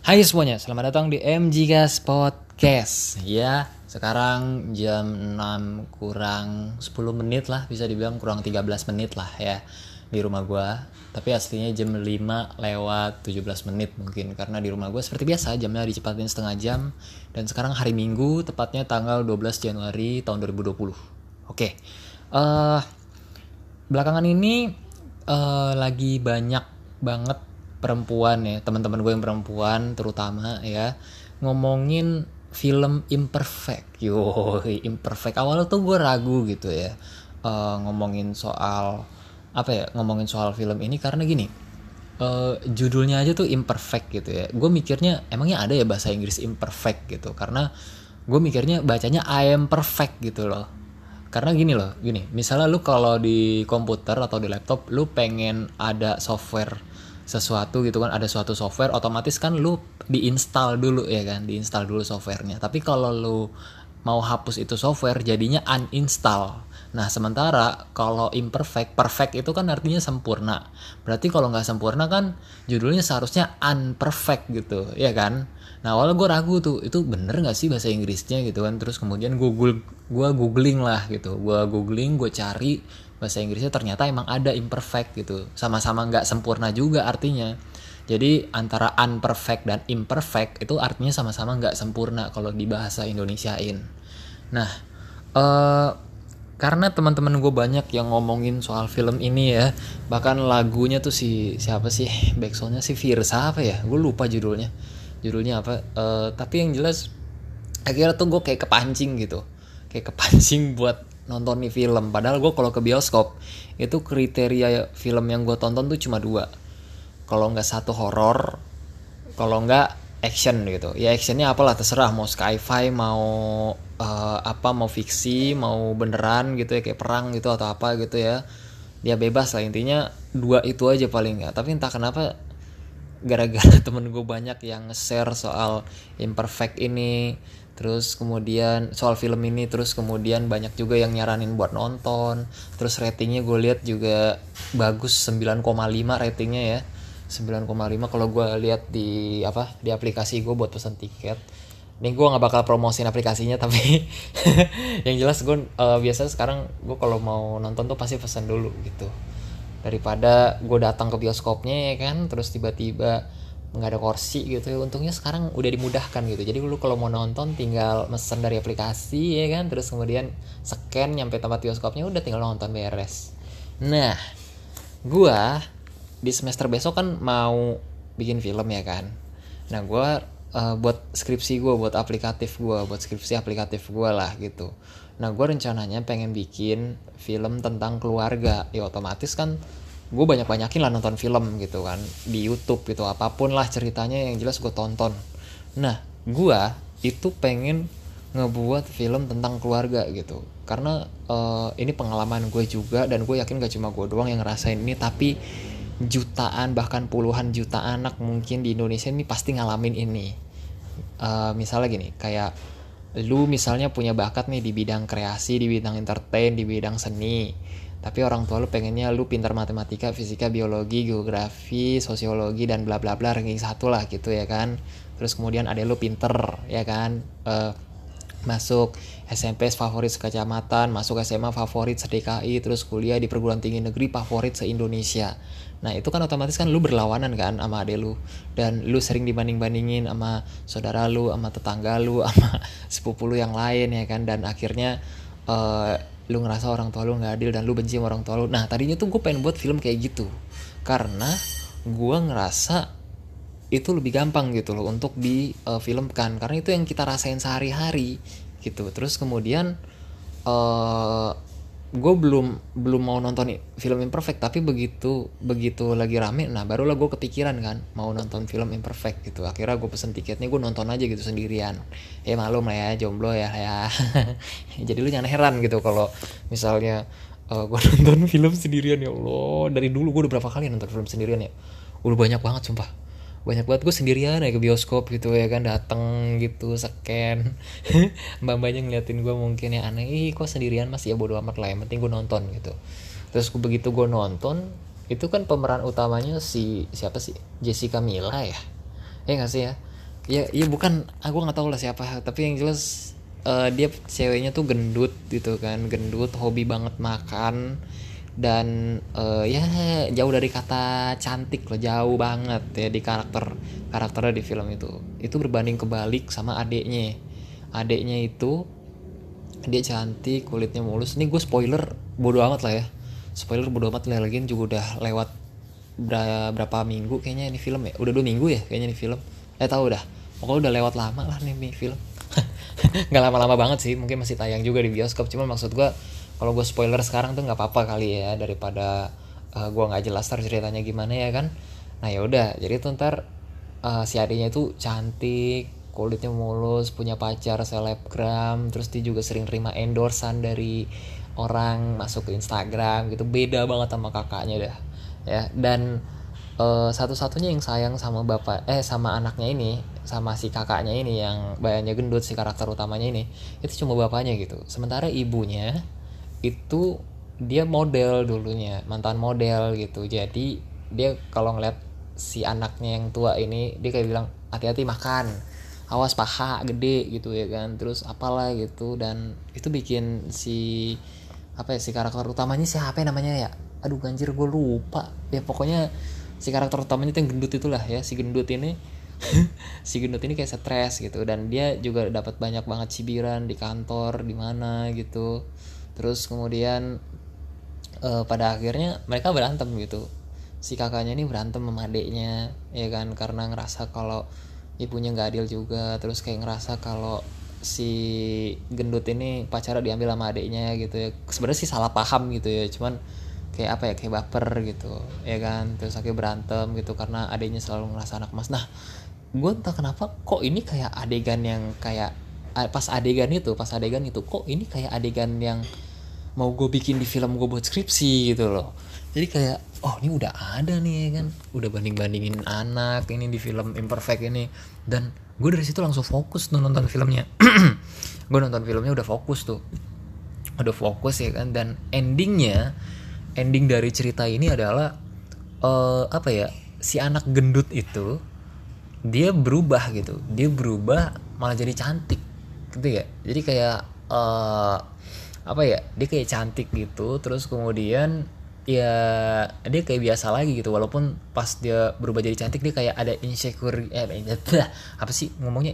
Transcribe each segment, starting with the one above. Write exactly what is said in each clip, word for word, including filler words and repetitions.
Hai semuanya, selamat datang di M G Gas Podcast. Ya, sekarang jam enam kurang sepuluh menit lah, bisa dibilang kurang tiga belas menit lah ya di rumah gue. Tapi aslinya jam lima lewat tujuh belas menit mungkin, karena di rumah gue seperti biasa jamnya dicepatin setengah jam. Dan sekarang hari Minggu, tepatnya tanggal dua belas Januari tahun dua ribu dua puluh. Oke, uh, belakangan ini uh, lagi banyak banget perempuan ya, teman-teman gue yang perempuan terutama ya, ngomongin film Imperfect. Yo, Imperfect. Awalnya tuh gue ragu gitu ya, uh, ngomongin soal apa ya, ngomongin soal film ini karena gini, uh, judulnya aja tuh Imperfect gitu ya. Gue mikirnya emangnya ada ya bahasa Inggris Imperfect gitu, karena gue mikirnya bacanya I am perfect gitu loh. Karena gini loh, gini, misalnya lu kalau di komputer atau di laptop lu pengen ada software sesuatu gitu kan, ada suatu software, otomatis kan lu diinstal dulu ya kan, diinstal dulu softwarenya. Tapi kalau lu mau hapus itu software jadinya uninstall. Nah sementara kalau imperfect, perfect itu kan artinya sempurna. Berarti kalau nggak sempurna kan judulnya seharusnya unperfect gitu ya kan. Nah awalnya gue ragu tuh, itu bener nggak sih bahasa Inggrisnya gitu kan. Terus kemudian google gue googling lah gitu, gue googling, gue cari bahasa Inggrisnya, ternyata emang ada imperfect gitu, sama-sama nggak sempurna juga artinya. Jadi antara unperfect dan imperfect itu artinya sama-sama nggak sempurna kalau di bahasa Indonesiain. Nah, eh, karena teman-teman gue banyak yang ngomongin soal film ini ya, bahkan lagunya tuh si siapa sih backsoundnya, si Virsa apa ya, gue lupa judulnya, judulnya apa. Eh, tapi yang jelas akhirnya tuh gue kayak kepancing gitu, kayak kepancing buat nonton nih film. Padahal gue kalau ke bioskop itu kriteria film yang gue tonton tuh cuma dua, kalau nggak satu horor, kalau nggak action gitu. Ya actionnya apalah terserah, mau sci-fi, mau uh, apa, mau fiksi, mau beneran gitu ya, kayak perang gitu atau apa gitu ya. Dia bebas lah, intinya dua itu aja paling nggak. Tapi entah kenapa gara-gara temen gue banyak yang nge-share soal Imperfect ini, terus kemudian soal film ini, terus kemudian banyak juga yang nyaranin buat nonton. Terus ratingnya gue lihat juga bagus, sembilan koma lima ratingnya ya, sembilan koma lima kalau gue lihat di apa, di aplikasi gue buat pesan tiket. Ini gue nggak bakal promosiin aplikasinya tapi yang jelas gue uh, biasanya sekarang gue kalau mau nonton tuh pasti pesan dulu gitu, daripada gue datang ke bioskopnya ya kan, terus tiba-tiba nggak ada kursi gitu ya. Untungnya sekarang udah dimudahkan gitu, jadi lu kalau mau nonton tinggal mesen dari aplikasi ya kan, terus kemudian scan nyampe tempat bioskopnya, udah tinggal nonton, beres. Nah gue di semester besok kan mau bikin film ya kan. Nah gue uh, buat skripsi gue, buat aplikatif gue, buat skripsi aplikatif gue lah gitu. Nah gue rencananya pengen bikin film tentang keluarga. Ya otomatis kan gue banyak-banyakin lah nonton film gitu kan di YouTube gitu, apapun lah ceritanya yang jelas gue tonton. Nah gue itu pengen ngebuat film tentang keluarga gitu, karena uh, ini pengalaman gue juga, dan gue yakin gak cuma gue doang yang ngerasain ini, tapi jutaan bahkan puluhan juta anak mungkin di Indonesia ini pasti ngalamin ini. Uh, misalnya gini, kayak lu misalnya punya bakat nih di bidang kreasi, di bidang entertain, di bidang seni, tapi orang tua lu pengennya lu pintar matematika, fisika, biologi, geografi, sosiologi, dan bla bla bla, ranking satu lah gitu ya kan. Terus kemudian ada lu pinter ya kan, uh, masuk S M P favorit sekecamatan, masuk S M A favorit se-D K I, terus kuliah di perguruan tinggi negeri favorit se-Indonesia. Nah itu kan otomatis kan lu berlawanan kan sama adek lu, dan lu sering dibanding-bandingin sama saudara lu, sama tetangga lu, sama sepupu lu yang lain ya kan. Dan akhirnya uh, lu ngerasa orang tua lu gak adil dan lu benci sama orang tua lu. Nah tadinya tuh gue pengen buat film kayak gitu, karena gue ngerasa itu lebih gampang gitu loh untuk difilmkan, uh, karena itu yang kita rasain sehari-hari gitu. Terus kemudian uh, gue belum belum mau nonton film Imperfect, tapi begitu begitu lagi rame, nah barulah gue kepikiran kan mau nonton film Imperfect gitu. Akhirnya gue pesen tiketnya, gue nonton aja gitu sendirian. Ya malum lah ya, jomblo ya ya. Jadi lu jangan heran gitu kalau misalnya uh, gue nonton film sendirian. Ya Allah, dari dulu gue udah berapa kali nonton film sendirian ya, udah banyak banget sumpah, banyak banget. Gue sendirian ya ke bioskop gitu ya kan, dateng gitu scan mbak-mbaknya ngeliatin gue mungkin ya aneh, ih kok sendirian mas, ya bodo amat lah, yang penting gue nonton gitu. Terus begitu gue nonton, itu kan pemeran utamanya si siapa sih, Jessica Mila ya, ya nggak sih ya. ya iya bukan, aku nggak tahu lah siapa, tapi yang jelas eh, dia ceweknya tuh gendut gitu kan, gendut, hobi banget makan, dan eh, ya jauh dari kata cantik loh, jauh banget ya di karakter karakternya di film itu. Itu berbanding kebalik sama adeknya. Adeknya itu dia cantik, kulitnya mulus. Ini gue spoiler bodo amat lah ya, spoiler bodo amat lah, lagi juga udah lewat berapa minggu kayaknya ini film ya, udah dua minggu ya kayaknya ini film, eh tahu dah, pokoknya udah lewat lama lah nih film. Nggak lama-lama banget sih, mungkin masih tayang juga di bioskop, cuman maksud gue kalau gue spoiler sekarang tuh nggak apa-apa kali ya, daripada uh, gue nggak jelas tar ceritanya gimana ya kan. Nah ya udah, jadi tuh ntar uh, si adiknya tuh cantik, kulitnya mulus, punya pacar selebgram, terus dia juga sering terima endorsan dari orang masuk ke Instagram gitu, beda banget sama kakaknya dah ya. Dan uh, satu-satunya yang sayang sama bapak eh sama anaknya ini, sama si kakaknya ini yang bayannya gendut, si karakter utamanya ini, itu cuma bapaknya gitu. Sementara ibunya itu dia model dulunya, mantan model gitu. Jadi dia kalau ngeliat si anaknya yang tua ini, dia kayak bilang hati-hati makan, awas paha gede gitu ya kan, terus apalah gitu. Dan itu bikin si apa ya, si karakter utamanya siapa ya namanya ya, aduh ganjir gue lupa ya, pokoknya si karakter utamanya itu yang gendut itulah ya, si gendut ini si gendut ini kayak stres gitu, dan dia juga dapat banyak banget cibiran di kantor di mana gitu. Terus kemudian uh, pada akhirnya mereka berantem gitu, si kakaknya ini berantem sama adeknya ya kan, karena ngerasa kalau ibunya nggak adil juga. Terus kayak ngerasa kalau si gendut ini pacarnya diambil sama adeknya gitu ya, sebenarnya sih salah paham gitu ya, cuman kayak apa ya, kayak baper gitu ya kan. Terus akhirnya berantem gitu karena adeknya selalu ngerasa anak emas. Nah gue entah kenapa kok ini kayak adegan yang kayak pas adegan itu pas adegan itu kok ini kayak adegan yang mau gue bikin di film gue buat skripsi gitu loh. Jadi kayak oh ini udah ada nih ya kan, udah banding-bandingin anak ini di film Imperfect ini, dan gue dari situ langsung fokus tuh nonton filmnya. Gue nonton filmnya udah fokus tuh, udah fokus ya kan. Dan endingnya, ending dari cerita ini adalah uh, apa ya, si anak gendut itu dia berubah gitu, dia berubah malah jadi cantik gitu ya. Jadi kayak uh, apa ya, dia kayak cantik gitu. Terus kemudian ya dia kayak biasa lagi gitu, walaupun pas dia berubah jadi cantik dia kayak ada insecure eh apa sih ngomongnya,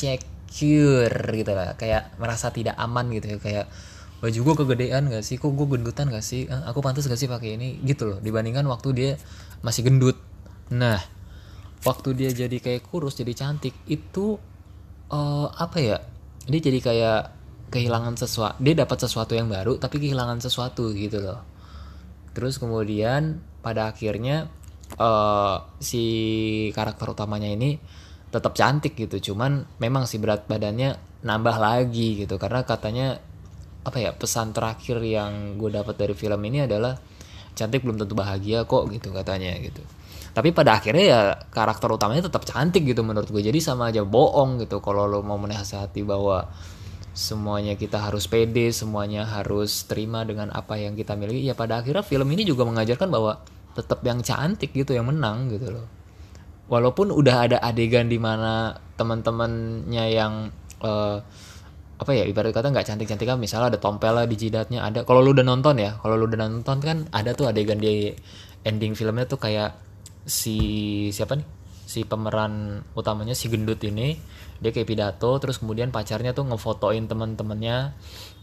insecure gitu lah, kayak merasa tidak aman gitu ya, kayak baju gue kegedean gak sih, kok gue gendutan gak sih, eh, aku pantas gak sih pakai ini gitu loh, dibandingkan waktu dia masih gendut. Nah waktu dia jadi kayak kurus jadi cantik itu uh, apa ya, dia jadi kayak kehilangan sesuatu, dia dapat sesuatu yang baru tapi kehilangan sesuatu gitu loh. Terus kemudian pada akhirnya uh, si karakter utamanya ini tetap cantik gitu, cuman memang si berat badannya nambah lagi gitu, karena katanya apa ya, pesan terakhir yang gue dapat dari film ini adalah cantik belum tentu bahagia kok gitu katanya gitu. Tapi pada akhirnya ya karakter utamanya tetap cantik gitu menurut gue. Jadi sama aja bohong gitu kalau lo mau menasihati bahwa semuanya kita harus pede, semuanya harus terima dengan apa yang kita miliki. Ya pada akhirnya film ini juga mengajarkan bahwa tetap yang cantik gitu yang menang gitu loh. Walaupun udah ada adegan di mana teman-temannya yang uh, apa ya, ibarat kata nggak cantik-cantik kan, misalnya ada tompel lah di jidatnya ada. Kalau lu udah nonton ya, kalau lu udah nonton kan ada tuh adegan di ending filmnya tuh kayak si siapa nih, si pemeran utamanya si gendut ini dia kayak pidato, terus kemudian pacarnya tuh ngefotoin teman-temannya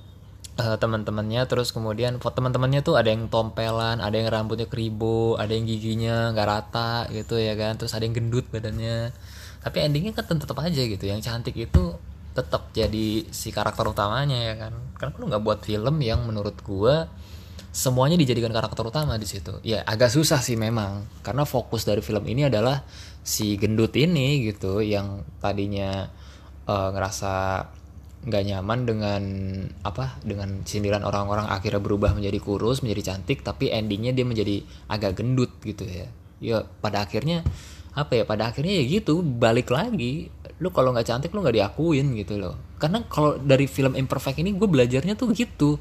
uh, teman-temannya terus kemudian foto teman-temannya tuh ada yang tompelan, ada yang rambutnya keribo, ada yang giginya nggak rata gitu ya kan, terus ada yang gendut badannya. Tapi endingnya kan tetap aja gitu, yang cantik itu tetap jadi si karakter utamanya ya kan. Karena lu nggak buat film yang menurut gua semuanya dijadikan karakter utama di situ. Ya agak susah sih memang, karena fokus dari film ini adalah si gendut ini gitu, yang tadinya uh, ngerasa nggak nyaman dengan apa, dengan sindiran orang-orang, akhirnya berubah menjadi kurus, menjadi cantik, tapi endingnya dia menjadi agak gendut gitu ya. Ya pada akhirnya apa ya, pada akhirnya ya gitu, balik lagi, lu kalau nggak cantik lu nggak diakuin gitu loh. Karena kalau dari film Imperfect ini gue belajarnya tuh gitu,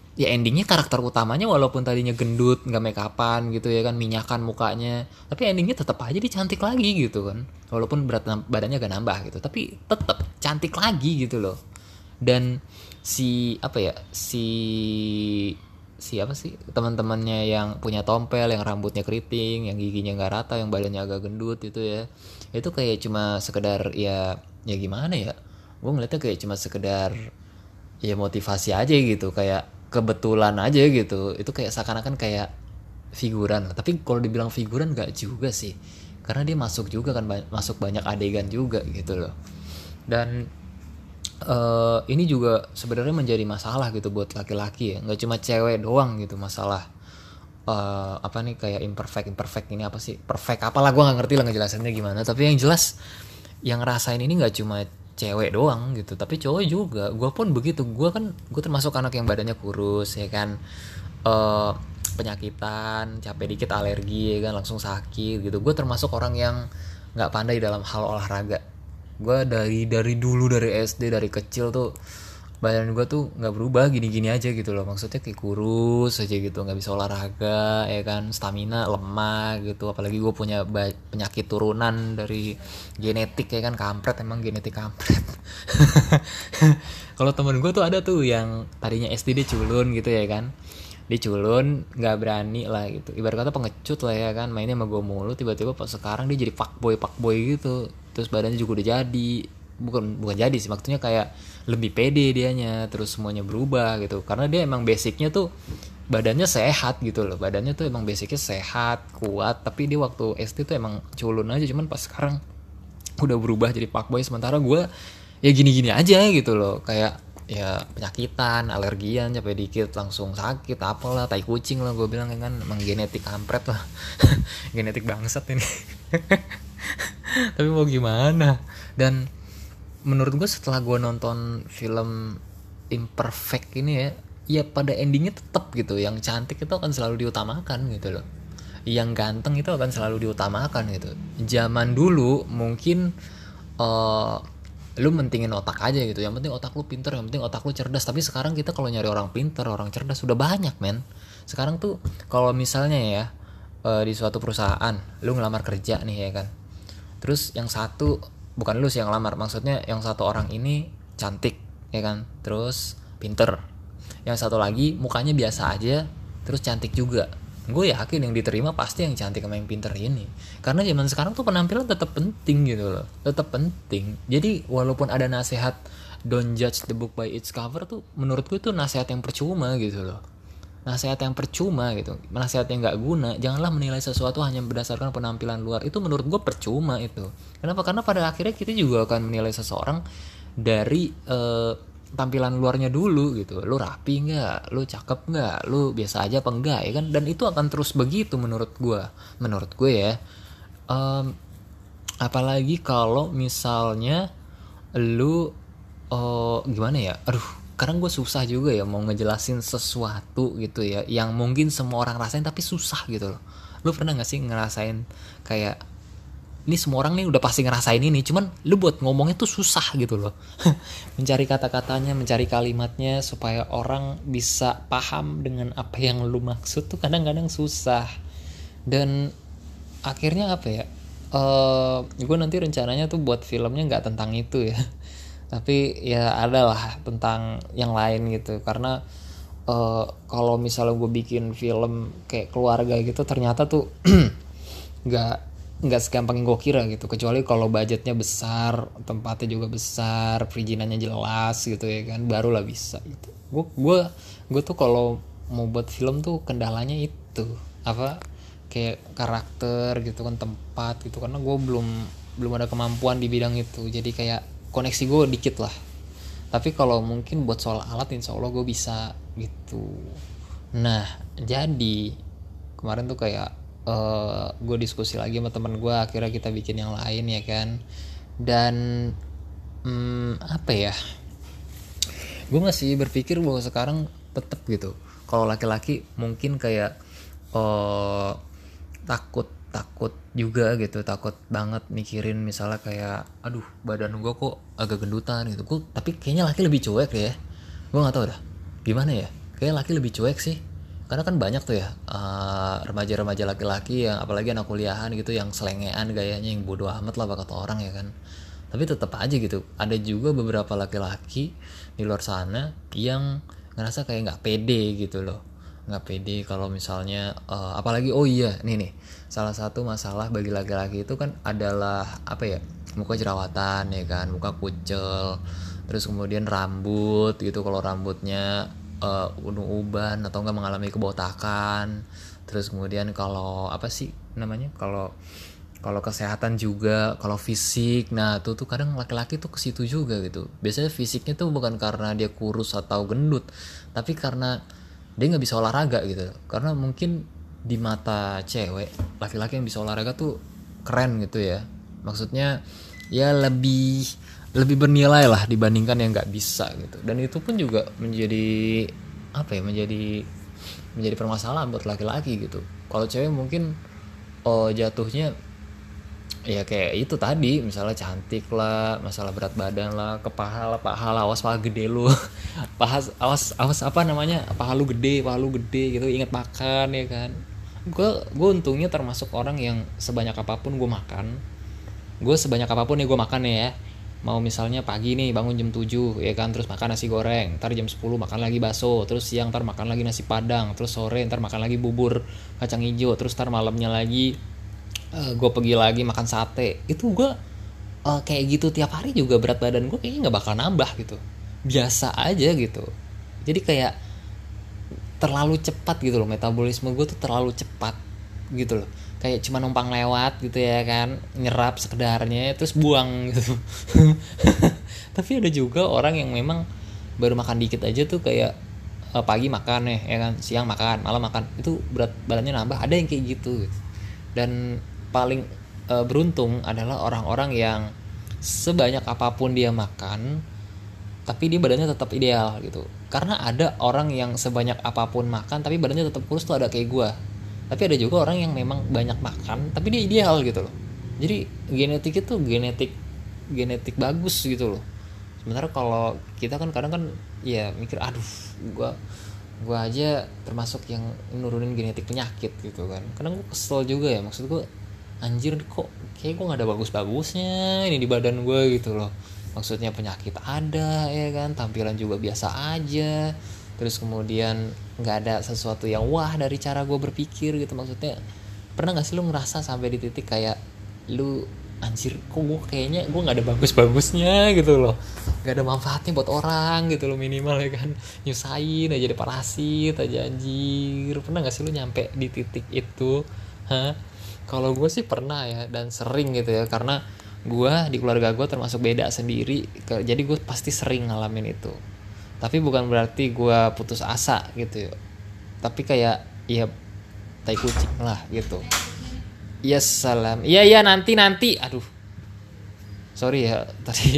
ya endingnya karakter utamanya walaupun tadinya gendut, nggak make upan gitu ya kan, minyakan mukanya, tapi endingnya tetap aja dia cantik lagi gitu kan, walaupun berat badannya agak nambah gitu, tapi tetap cantik lagi gitu loh. Dan si apa ya si si apa sih teman-temannya yang punya tompel, yang rambutnya keriting, yang giginya nggak rata, yang badannya agak gendut itu ya, itu kayak cuma sekedar ya ya gimana ya, gue ngeliatnya kayak cuma sekedar ya motivasi aja gitu, kayak kebetulan aja gitu, itu kayak seakan-akan kayak figuran. Tapi kalau dibilang figuran nggak juga sih, karena dia masuk juga kan, masuk banyak adegan juga gitu loh. Dan uh, ini juga sebenarnya menjadi masalah gitu buat laki-laki ya, nggak cuma cewek doang gitu masalah uh, apa nih kayak imperfect imperfect ini apa sih perfect apalah, gue nggak ngerti lah ngejelasinnya gimana, tapi yang jelas yang ngerasain ini nggak cuma cewek doang gitu, tapi cowok juga. Gue pun begitu, gue kan gue termasuk anak yang badannya kurus ya kan, uh, penyakitan, capek dikit alergi ya kan, langsung sakit gitu. Gue termasuk orang yang nggak pandai dalam hal olahraga. Gue dari dari dulu, dari S D, dari kecil tuh badan gue tuh nggak berubah, gini-gini aja gitu loh, maksudnya kayak kurus aja gitu, nggak bisa olahraga ya kan, stamina lemah gitu. Apalagi gue punya penyakit turunan dari genetik ya kan, kampret emang, genetik kampret. Kalau temen gue tuh ada tuh yang tadinya S D dia culun gitu ya kan, dia culun nggak berani lah gitu, ibarat kata pengecut lah ya kan, mainnya sama gue mulu, tiba-tiba pas sekarang dia jadi fuckboy fuckboy gitu, terus badannya juga udah jadi, bukan bukan jadi sih, maksudnya kayak lebih pede dianya, terus semuanya berubah gitu, karena dia emang basicnya tuh badannya sehat gitu loh, badannya tuh emang basicnya sehat kuat, tapi dia waktu S D tuh emang culun aja, cuman pas sekarang udah berubah jadi fuckboy. Sementara gue ya gini-gini aja gitu loh, kayak ya penyakitan, alergian, capek dikit langsung sakit, apalah, tai kucing lah gue bilang kan, emang genetik kampret lah. Genetik bangsat ini. Tapi mau gimana. Dan menurut gue setelah gue nonton film Imperfect ini ya, ya pada endingnya tetap gitu, yang cantik itu akan selalu diutamakan gitu loh, yang ganteng itu akan selalu diutamakan gitu. Zaman dulu mungkin uh, lu mentingin otak aja gitu, yang penting otak lu pinter, yang penting otak lu cerdas. Tapi sekarang kita kalau nyari orang pinter, orang cerdas udah banyak men. Sekarang tuh kalau misalnya ya uh, di suatu perusahaan lu ngelamar kerja nih ya kan, terus yang satu, bukan lu sih yang lamar, maksudnya yang satu orang ini cantik ya kan, terus pinter, yang satu lagi mukanya biasa aja terus cantik juga, gue yakin yang diterima pasti yang cantik sama yang pinter ini. Karena zaman sekarang tuh penampilan tetap penting gitu loh, tetap penting. Jadi walaupun ada nasihat don't judge the book by its cover tuh, menurut gue tuh nasihat yang percuma gitu loh, nasihat yang percuma gitu, nasihat yang nggak guna. Janganlah menilai sesuatu hanya berdasarkan penampilan luar, itu menurut gue percuma itu. Kenapa? Karena pada akhirnya kita juga akan menilai seseorang dari uh, tampilan luarnya dulu gitu. Lu rapi nggak, lu cakep nggak, lu biasa aja apa enggak ya kan. Dan itu akan terus begitu menurut gue, menurut gue ya. Um, apalagi kalau misalnya lu uh, gimana ya, aduh, kadang gue susah juga ya mau ngejelasin sesuatu gitu ya, yang mungkin semua orang rasain tapi susah gitu loh. Lu pernah gak sih ngerasain kayak, ini semua orang nih udah pasti ngerasain ini, cuman lu buat ngomongnya tuh susah gitu loh. Mencari kata-katanya, mencari kalimatnya supaya orang bisa paham dengan apa yang lu maksud tuh kadang-kadang susah. Dan akhirnya apa ya, uh, gue nanti rencananya tuh buat filmnya gak tentang itu ya, tapi ya adalah tentang yang lain gitu. Karena uh, kalau misalnya gue bikin film kayak keluarga gitu, ternyata tuh nggak nggak segampang yang gue kira gitu. Kecuali kalau budgetnya besar, tempatnya juga besar, perizinannya jelas gitu ya kan, barulah bisa gitu. Gue gue gue tuh kalau mau buat film tuh kendalanya itu apa, kayak karakter gitu kan, tempat gitu, karena gue belum belum ada kemampuan di bidang itu. Jadi kayak koneksi gue dikit lah. Tapi kalau mungkin buat soal alat, insya Allah gue bisa gitu. Nah jadi kemarin tuh kayak uh, gue diskusi lagi sama teman gue, akhirnya kita bikin yang lain ya kan. Dan hmm, apa ya, gue masih berpikir bahwa sekarang tetap gitu, kalau laki-laki mungkin kayak uh, takut takut juga gitu, takut banget mikirin misalnya kayak, aduh badan gue kok agak gendutan gitu. Gue tapi kayaknya laki lebih cuek ya, gue nggak tahu dah gimana ya. kayak laki lebih cuek sih. Karena kan banyak tuh ya uh, remaja-remaja laki-laki yang apalagi anak kuliahan gitu yang selengean gayanya, yang bodoh amat lah kata orang ya kan. Tapi tetap aja gitu, ada juga beberapa laki-laki di luar sana yang ngerasa kayak nggak pede gitu loh, nggak pede kalau misalnya uh, apalagi oh iya nih nih salah satu masalah bagi laki-laki itu kan adalah apa ya, muka jerawatan ya kan, muka kucel, terus kemudian rambut gitu, kalau rambutnya uh, uban atau enggak mengalami kebotakan, terus kemudian kalau apa sih namanya, kalau kalau kesehatan juga, kalau fisik, nah tuh tuh kadang laki-laki tuh ke situ juga gitu. Biasanya fisiknya tuh bukan karena dia kurus atau gendut, tapi karena dia nggak bisa olahraga gitu. Karena mungkin di mata cewek, laki-laki yang bisa olahraga tuh keren gitu ya. Maksudnya ya lebih lebih bernilai lah dibandingkan yang nggak bisa gitu. Dan itu pun juga menjadi apa ya, menjadi menjadi permasalahan buat laki-laki gitu. Kalau cewek mungkin oh jatuhnya ya kayak itu tadi, misalnya cantik lah, masalah berat badan lah, kepahala pahala awas paha gede lu paha awas awas apa namanya, paha lu gede paha lu gede gitu, ingat makan ya kan. gue gue untungnya termasuk orang yang sebanyak apapun gue makan, gue sebanyak apapun ya gue makan ya. Mau misalnya pagi nih bangun jam tujuh ya kan, terus makan nasi goreng, ntar jam sepuluh makan lagi bakso, terus siang ntar makan lagi nasi padang, terus sore ntar makan lagi bubur kacang hijau, terus ntar malamnya lagi Uh, gue pergi lagi makan sate. Itu gue uh, kayak gitu tiap hari juga, berat badan gue kayaknya nggak bakal nambah gitu, biasa aja gitu. Jadi kayak terlalu cepat gitu loh, metabolisme gue tuh terlalu cepat gitu loh, kayak cuma numpang lewat gitu ya kan, nyerap sekedarnya terus buang gitu tapi ada juga orang yang memang baru makan dikit aja tuh kayak uh, pagi makan nih ya kan, siang makan, malam makan, itu berat badannya nambah. Ada yang kayak gitu, gitu. Dan paling e, beruntung adalah orang-orang yang sebanyak apapun dia makan tapi dia badannya tetap ideal gitu. Karena ada orang yang sebanyak apapun makan tapi badannya tetap kurus tuh, ada kayak gue. Tapi ada juga orang yang memang banyak makan tapi dia ideal gitu loh. Jadi genetik itu genetik genetik bagus gitu loh. Sementara kalau kita kan kadang kan ya mikir aduh gue gue aja termasuk yang nurunin genetik penyakit gitu kan. Kadang gue kesel juga ya, maksud gue anjir kok kayak gue gak ada bagus-bagusnya ini di badan gue gitu loh. Maksudnya penyakit ada ya kan, tampilan juga biasa aja, terus kemudian gak ada sesuatu yang wah dari cara gue berpikir gitu. Maksudnya pernah gak sih lu ngerasa sampai di titik kayak lu anjir kok gue kayaknya gue gak ada bagus-bagusnya gitu loh, gak ada manfaatnya buat orang gitu loh, minimal ya kan, nyusahin aja, jadi parasit aja anjir. Pernah gak sih lu nyampe di titik itu? Hah? Kalau gue sih pernah ya, dan sering gitu ya, karena gue di keluarga gue termasuk beda sendiri, jadi gue pasti sering ngalamin itu. Tapi bukan berarti gue putus asa gitu ya, tapi kayak ya tai kucing lah gitu. Yes salam, iya iya nanti nanti, aduh sorry ya tadi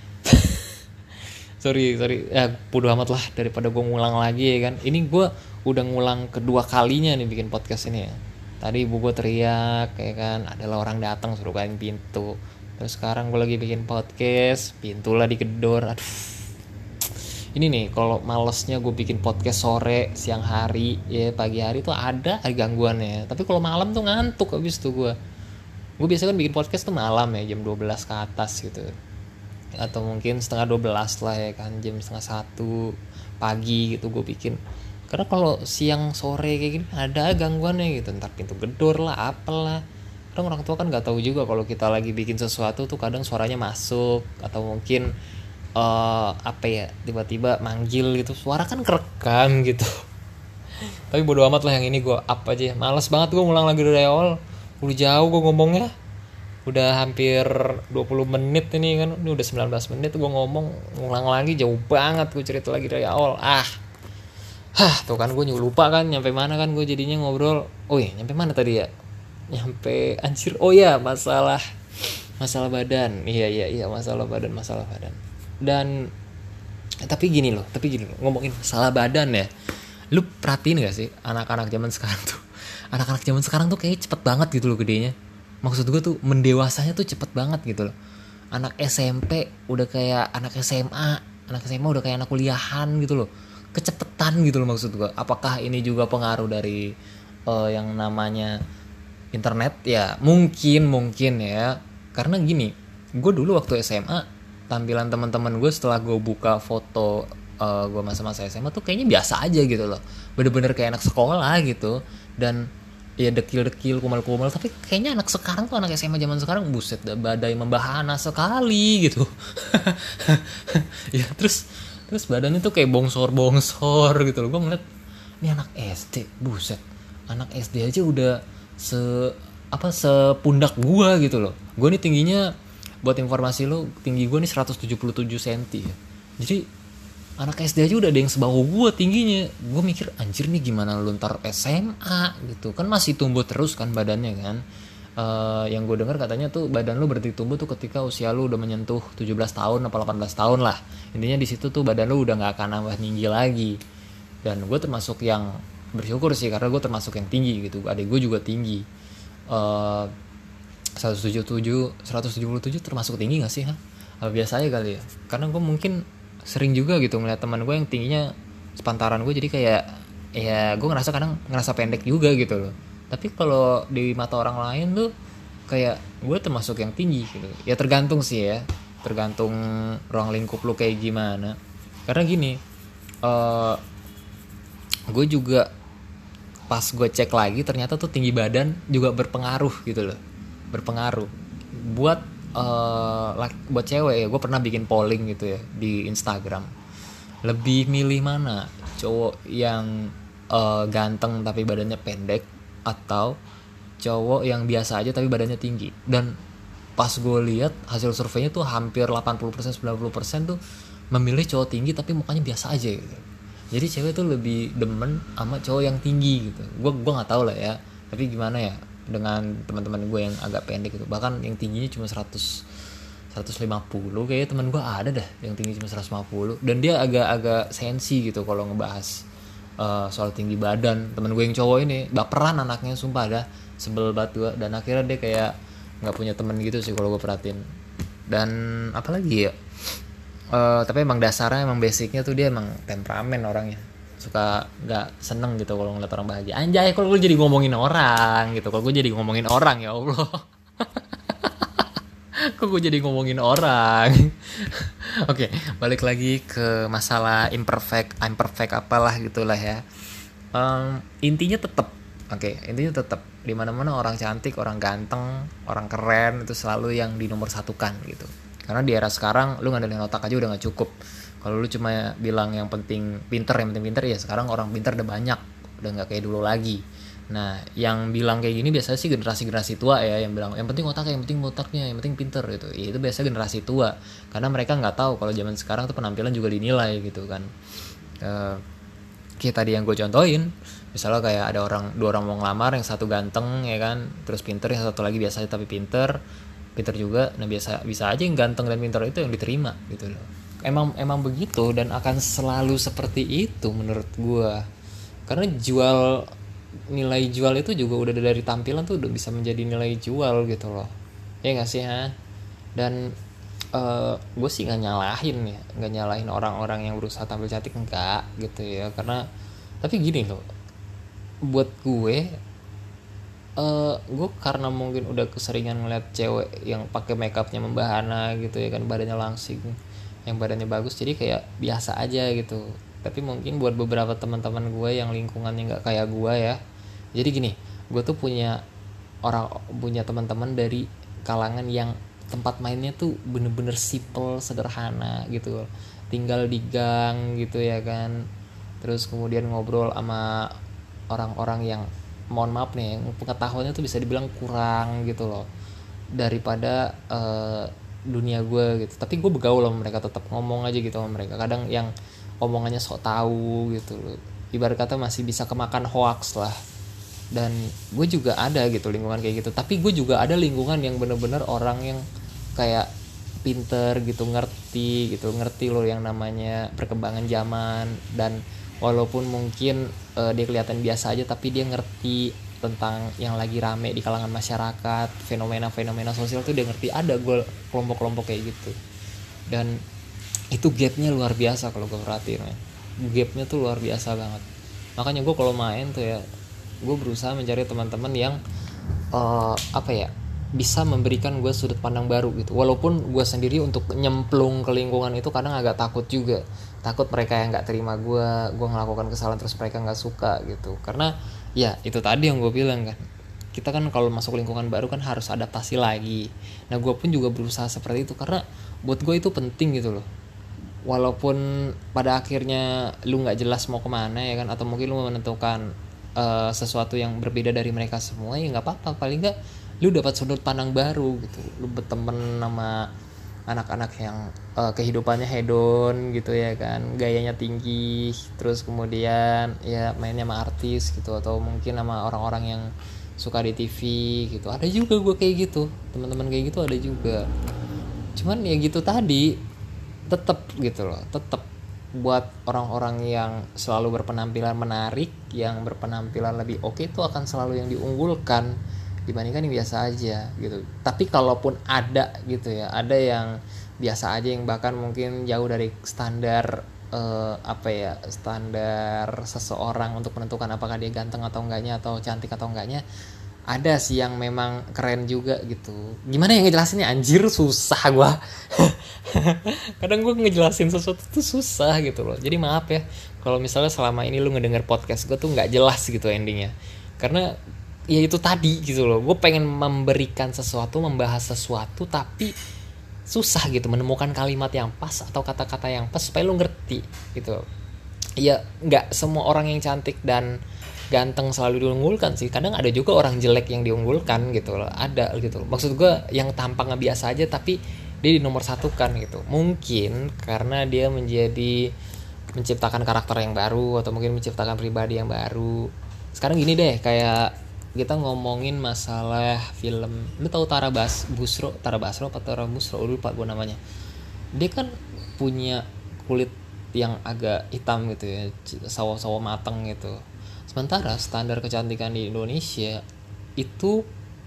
sorry sorry ya bodo amat lah, daripada gue ngulang lagi ya kan. Ini gue udah ngulang kedua kalinya nih bikin podcast ini ya. Tadi ibu gue teriak kayak kan, adalah orang datang suruh bukain pintu. Terus sekarang gue lagi bikin podcast, pintu lah digedor. Aduh. Ini nih kalau malesnya gue bikin podcast sore, siang hari, ya pagi hari tuh ada gangguannya. Tapi kalau malam tuh ngantuk abis tuh gue. Gue biasa kan bikin podcast tuh malam ya, jam dua belas ke atas gitu. Atau mungkin setengah dua belas lah ya kan, jam setengah satu pagi gitu gue bikin. Karena kalau siang sore kayak gini ada gangguannya gitu, entar pintu gedor lah apalah. Kadang orang tua kan nggak tahu juga kalau kita lagi bikin sesuatu tuh kadang suaranya masuk, atau mungkin uh, apa ya tiba-tiba manggil gitu, suara kan kerekam gitu. Tapi bodo amat lah, yang ini gue up aja. Males banget gue ngulang lagi dari awal, udah jauh gue ngomongnya, udah hampir dua puluh menit ini kan, ini udah sembilan belas menit gue ngomong, ngulang lagi jauh banget gue cerita lagi dari awal. Ah Hah, tuh kan gue lupa kan nyampe mana kan gue jadinya ngobrol. Oh iya, nyampe mana tadi ya? Nyampe anjir. Oh iya, masalah masalah badan. Iya iya iya, masalah badan, masalah badan. Dan tapi gini loh, tapi gini loh, ngomongin masalah badan ya. Lu perhatiin gak sih anak-anak zaman sekarang tuh? Anak-anak zaman sekarang tuh kayaknya cepet banget gitu loh gedenya. Maksud gue tuh mendewasanya tuh cepet banget gitu loh. Anak S M P udah kayak anak S M A, anak S M A udah kayak anak kuliahan gitu loh. kecepetan gitu loh maksud gue. Apakah ini juga pengaruh dari uh, yang namanya internet? Ya mungkin mungkin ya, karena gini, gue dulu waktu S M A tampilan teman-teman gue setelah gue buka foto uh, gue masa-masa S M A tuh kayaknya biasa aja gitu loh, bener-bener kayak anak sekolah gitu. Dan ya dekil-dekil, kumal-kumal, tapi kayaknya anak sekarang tuh, anak S M A zaman sekarang, buset dah, badai membahana sekali gitu. Ya terus terus badannya tuh kayak bongsor-bongsor gitu loh. Gue ngeliat ini anak S D, buset, anak S D aja udah se apa sepundak gue gitu loh. Gue nih tingginya, buat informasi lo, tinggi gue nih seratus tujuh puluh tujuh sentimeter ya. Jadi anak S D aja udah ada yang sebahu gue tingginya. Gue mikir, anjir nih gimana lu ntar S M A gitu kan, masih tumbuh terus kan badannya kan. Uh, yang gue dengar katanya tuh badan lu berhenti tumbuh tuh ketika usia lu udah menyentuh tujuh belas tahun atau delapan belas tahun lah. Intinya di situ tuh badan lu udah nggak akan nambah tinggi lagi. Dan gue termasuk yang bersyukur sih, karena gue termasuk yang tinggi gitu. Adik gue juga tinggi. Uh, seratus tujuh puluh tujuh seratus tujuh puluh tujuh termasuk tinggi gak sih? Ha? Biasa aja kali ya. Karena gue mungkin sering juga gitu ngeliat teman gue yang tingginya sepantaran gue, jadi kayak ya gue ngerasa kadang ngerasa pendek juga gitu loh. Tapi kalau di mata orang lain tuh kayak gue termasuk yang tinggi gitu. Ya tergantung sih ya, tergantung ruang lingkup lu kayak gimana. Karena gini, uh, gue juga pas gue cek lagi ternyata tuh tinggi badan juga berpengaruh gitu loh, berpengaruh buat Uh, buat cewek ya. Gue pernah bikin polling gitu ya di Instagram, lebih milih mana, cowok yang uh, ganteng tapi badannya pendek atau cowok yang biasa aja tapi badannya tinggi. Dan pas gue lihat hasil surveinya tuh hampir delapan puluh persen sembilan puluh persen tuh memilih cowok tinggi tapi mukanya biasa aja gitu. Jadi cewek tuh lebih demen sama cowok yang tinggi gitu. Gue gue nggak tahu lah ya, tapi gimana ya dengan teman-teman gue yang agak pendek gitu. Bahkan yang tingginya cuma seratus seratus lima puluh, kayaknya teman gue ada dah yang tinggi cuma seratus lima puluh, dan dia agak-agak sensi gitu kalau ngebahas uh, soal tinggi badan. Teman gue yang cowok ini baperan anaknya, sumpah dah, sebel banget gue. Dan akhirnya dia kayak nggak punya teman gitu sih kalau gue perhatiin. Dan apalagi ya, uh, tapi emang dasarnya, emang basicnya tuh dia emang temperamen orangnya, suka nggak seneng gitu kalau ngeliat orang bahagia. Anjay, kalau gue jadi ngomongin orang gitu, kalau gue jadi ngomongin orang, ya Allah. Kok gue jadi ngomongin orang. Oke, okay, balik lagi ke masalah imperfect, imperfect apalah gitulah ya. Um, intinya tetap, oke, okay, intinya tetap di mana-mana orang cantik, orang ganteng, orang keren itu selalu yang dinomor satukan gitu. Karena di era sekarang lu ngandelin otak aja udah nggak cukup. Kalau lu cuma bilang yang penting pinter, yang penting pinter, ya sekarang orang pinter udah banyak, udah nggak kayak dulu lagi. Nah, yang bilang kayak gini biasanya sih generasi-generasi tua ya, yang bilang yang penting otak, yang penting otaknya, yang penting pinter gitu. Ya, itu biasa generasi tua, karena mereka nggak tahu kalau zaman sekarang tuh penampilan juga dinilai gitu kan. E, kayak tadi yang gue contohin, misalnya kayak ada orang, dua orang mau ngelamar, yang satu ganteng ya kan, terus pinter, yang satu lagi biasa tapi pinter, pinter juga. Nah biasa bisa aja yang ganteng dan pinter itu yang diterima gitu loh. Emang emang begitu, dan akan selalu seperti itu menurut gue. Karena jual, nilai jual itu juga udah dari tampilan tuh udah bisa menjadi nilai jual gitu loh. Ya nggak sih ha? Dan uh, gue sih nggak nyalahin ya, nggak nyalahin orang-orang yang berusaha tampil cantik, enggak gitu ya. Karena tapi gini loh, buat gue, uh, gue karena mungkin udah keseringan ngeliat cewek yang pakai makeupnya membahana gitu ya kan, badannya langsing, yang badannya bagus, jadi kayak biasa aja gitu. Tapi mungkin buat beberapa teman-teman gue yang lingkungannya nggak kayak gue ya, jadi gini, gue tuh punya orang, punya teman-teman dari kalangan yang tempat mainnya tuh bener-bener simple, sederhana gitu, tinggal di gang gitu ya kan, terus kemudian ngobrol sama orang-orang yang mohon maaf nih, pengetahuannya tuh bisa dibilang kurang gitu loh daripada uh, dunia gue gitu. Tapi gue bergaul sama mereka, tetap ngomong aja gitu sama mereka. Kadang yang omongannya sok tahu gitu loh, ibarat kata masih bisa kemakan hoax lah. Dan gue juga ada gitu lingkungan kayak gitu. Tapi gue juga ada lingkungan yang bener-bener orang yang kayak pinter gitu, ngerti gitu, ngerti loh yang namanya perkembangan zaman. Dan walaupun mungkin uh, dia kelihatan biasa aja, tapi dia ngerti tentang yang lagi rame di kalangan masyarakat, fenomena-fenomena sosial tuh dia ngerti. Ada gue kelompok-kelompok kayak gitu, dan itu gapnya luar biasa kalau gue perhatiin ya. gapnya tuh luar biasa banget. Makanya gue kalau main tuh ya, gue berusaha mencari teman-teman yang uh, apa ya, bisa memberikan gue sudut pandang baru gitu. Walaupun gue sendiri untuk nyemplung ke lingkungan itu kadang agak takut juga, takut mereka yang nggak terima gue, gue ngelakukan kesalahan terus mereka nggak suka gitu. Karena ya itu tadi yang gue bilang kan, kita kan kalau masuk lingkungan baru kan harus adaptasi lagi. Nah gue pun juga berusaha seperti itu karena buat gue itu penting gitu loh. Walaupun pada akhirnya lu nggak jelas mau kemana ya kan, atau mungkin lu menentukan uh, sesuatu yang berbeda dari mereka semua, ya nggak apa-apa, paling nggak lu dapat sudut pandang baru gitu. Lu berteman sama anak-anak yang uh, kehidupannya hedon gitu ya kan, gayanya tinggi, terus kemudian ya mainnya sama artis gitu, atau mungkin sama orang-orang yang suka di T V gitu. Ada juga gue kayak gitu, teman-teman kayak gitu ada juga. Cuman ya gitu tadi, tetap gitu loh, tetap buat orang-orang yang selalu berpenampilan menarik, yang berpenampilan lebih oke, itu akan selalu yang diunggulkan dibandingkan yang biasa aja gitu. Tapi kalaupun ada gitu ya, ada yang biasa aja yang bahkan mungkin jauh dari standar eh, apa ya, standar seseorang untuk menentukan apakah dia ganteng atau enggaknya, atau cantik atau enggaknya, ada sih yang memang keren juga gitu. Gimana yang ngejelasinnya, anjir susah gue. Kadang gue ngejelasin sesuatu tuh susah gitu loh. Jadi maaf ya kalau misalnya selama ini lu ngedenger podcast gue tuh nggak jelas gitu endingnya, karena ya itu tadi gitu loh, gue pengen memberikan sesuatu, membahas sesuatu, tapi susah gitu menemukan kalimat yang pas atau kata-kata yang pas supaya lu ngerti gitu. Ya nggak semua orang yang cantik dan ganteng selalu diunggulkan sih, kadang ada juga orang jelek yang diunggulkan gitu loh, ada gitu loh. Maksud gue yang tampangnya biasa aja tapi dia di nomor satukan gitu, mungkin karena dia menjadi menciptakan karakter yang baru, atau mungkin menciptakan pribadi yang baru. Sekarang gini deh, kayak kita ngomongin masalah film, lu tahu Tara Bas Busro Tara Basro apa Tara Busro, lupa gue namanya. Dia kan punya kulit yang agak hitam gitu ya, sawo-sawo mateng gitu. Sementara standar kecantikan di Indonesia itu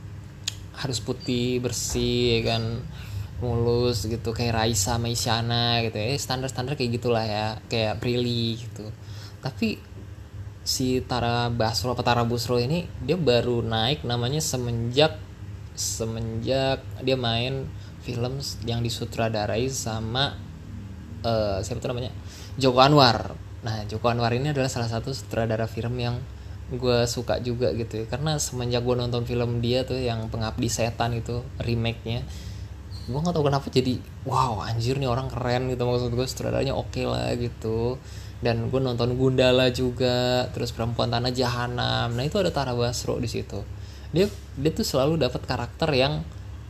harus putih bersih kan, mulus gitu, kayak Raisa sama Isyana gitu ya, standar-standar kayak gitulah ya, kayak Prilly gitu. Tapi si Tara Basro apa Tara Busro ini dia baru naik namanya semenjak semenjak dia main film yang disutradarai sama uh, siapa tuh namanya, Joko Anwar. Nah Joko Anwar ini adalah salah satu sutradara film yang gue suka juga gitu ya, karena semenjak gue nonton film dia tuh yang Pengabdi Setan itu remake-nya, gue nggak tahu kenapa jadi wow anjir nih orang keren gitu. Maksud gue sutradaranya oke okay lah gitu. Dan gue nonton Gundala juga, terus Perempuan Tanah Jahanam. Nah itu ada Tara Basro di situ. Dia dia tuh selalu dapat karakter yang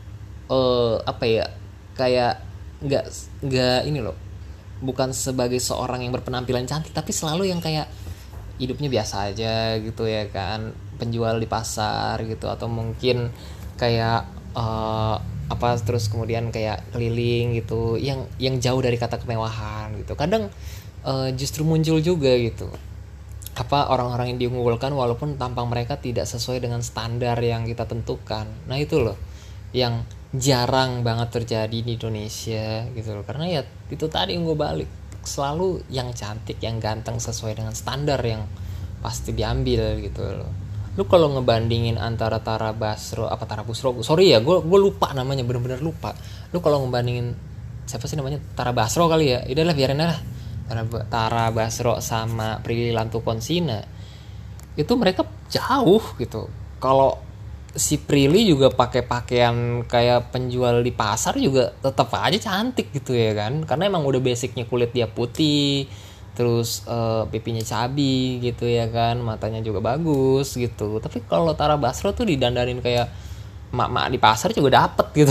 uh, apa ya, kayak nggak nggak ini loh, bukan sebagai seorang yang berpenampilan cantik, tapi selalu yang kayak hidupnya biasa aja gitu ya kan, penjual di pasar gitu, atau mungkin kayak uh, apa, terus kemudian kayak keliling gitu, yang yang jauh dari kata kemewahan gitu. Kadang Uh, justru muncul juga gitu apa orang-orang yang diunggulkan walaupun tampang mereka tidak sesuai dengan standar yang kita tentukan. Nah itu loh yang jarang banget terjadi di Indonesia gitu loh, karena ya itu tadi yang gue balik, selalu yang cantik yang ganteng sesuai dengan standar yang pasti diambil gitu loh. Lu kalau ngebandingin antara Tara Basro apa Tara Busro, sorry ya gue gue lupa namanya, bener-bener lupa. Lu kalau ngebandingin siapa sih namanya, Tara Basro kali ya, idahlah biarin aja lah, Tara Basro sama Prilly Latuconsina, itu mereka jauh gitu. Kalau si Prilly juga pakai pakaian kayak penjual di pasar juga tetap aja cantik gitu ya kan, karena emang udah basicnya kulit dia putih, terus uh, pipinya cabi gitu ya kan, matanya juga bagus gitu. Tapi kalau Tara Basro tuh didandanin kayak mak-mak di pasar juga dapet gitu.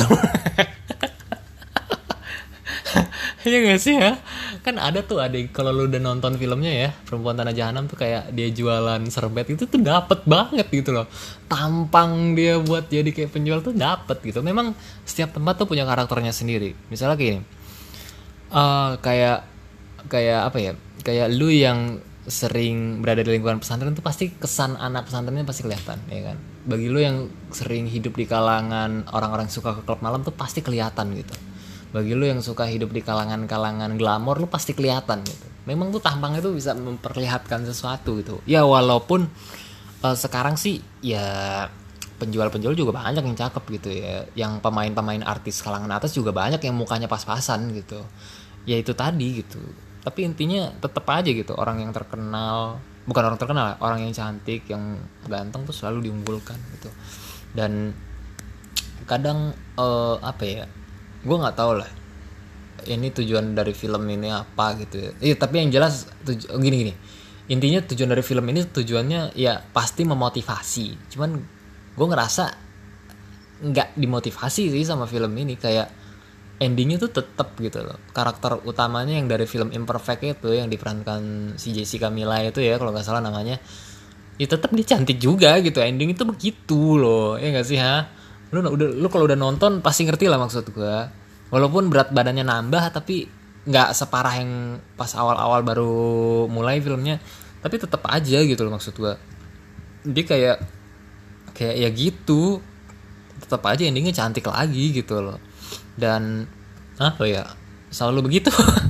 Iya gak sih ya? Kan ada tuh, ada kalau lu udah nonton filmnya ya, Perempuan Tanah Jahanam tuh kayak dia jualan serbet itu tuh dapet banget gitu loh. Tampang dia buat jadi kayak penjual tuh dapet gitu. Memang setiap tempat tuh punya karakternya sendiri. Misalnya kayak gini, uh, kayak kayak apa ya? Kayak lu yang sering berada di lingkungan pesantren tuh pasti kesan anak pesantrennya pasti kelihatan ya kan. Bagi lu yang sering hidup di kalangan orang-orang suka ke klub malam tuh pasti kelihatan gitu. Bagi lu yang suka hidup di kalangan-kalangan glamor, lu pasti kelihatan gitu. Memang tuh tampangnya tuh bisa memperlihatkan sesuatu gitu. Ya walaupun uh, sekarang sih ya penjual-penjual juga banyak yang cakep gitu ya. Yang pemain-pemain artis kalangan atas juga banyak yang mukanya pas-pasan gitu. Ya itu tadi gitu. Tapi intinya tetap aja gitu, orang yang terkenal, bukan orang terkenal, orang yang cantik, yang ganteng tuh selalu diunggulkan gitu. Dan kadang uh, apa ya, gue nggak tahu lah ini tujuan dari film ini apa gitu ya. Iya, tapi yang jelas tuju- oh, gini gini intinya tujuan dari film ini tujuannya ya pasti memotivasi. Cuman gue ngerasa nggak dimotivasi sih sama film ini. Kayak endingnya tuh tetap gitu loh, karakter utamanya yang dari film Imperfect itu yang diperankan si Jessica Mila itu ya kalau nggak salah namanya, ya tetap dia cantik juga gitu. Ending itu begitu loh, ya nggak sih ha? Lu udah lu kalau udah nonton pasti ngerti lah maksud gue. Walaupun berat badannya nambah tapi nggak separah yang pas awal-awal baru mulai filmnya, tapi tetap aja gitu loh maksud gue. Dia kayak kayak ya gitu, tetap aja endingnya cantik lagi gitu loh. Dan apa ya, selalu begitu.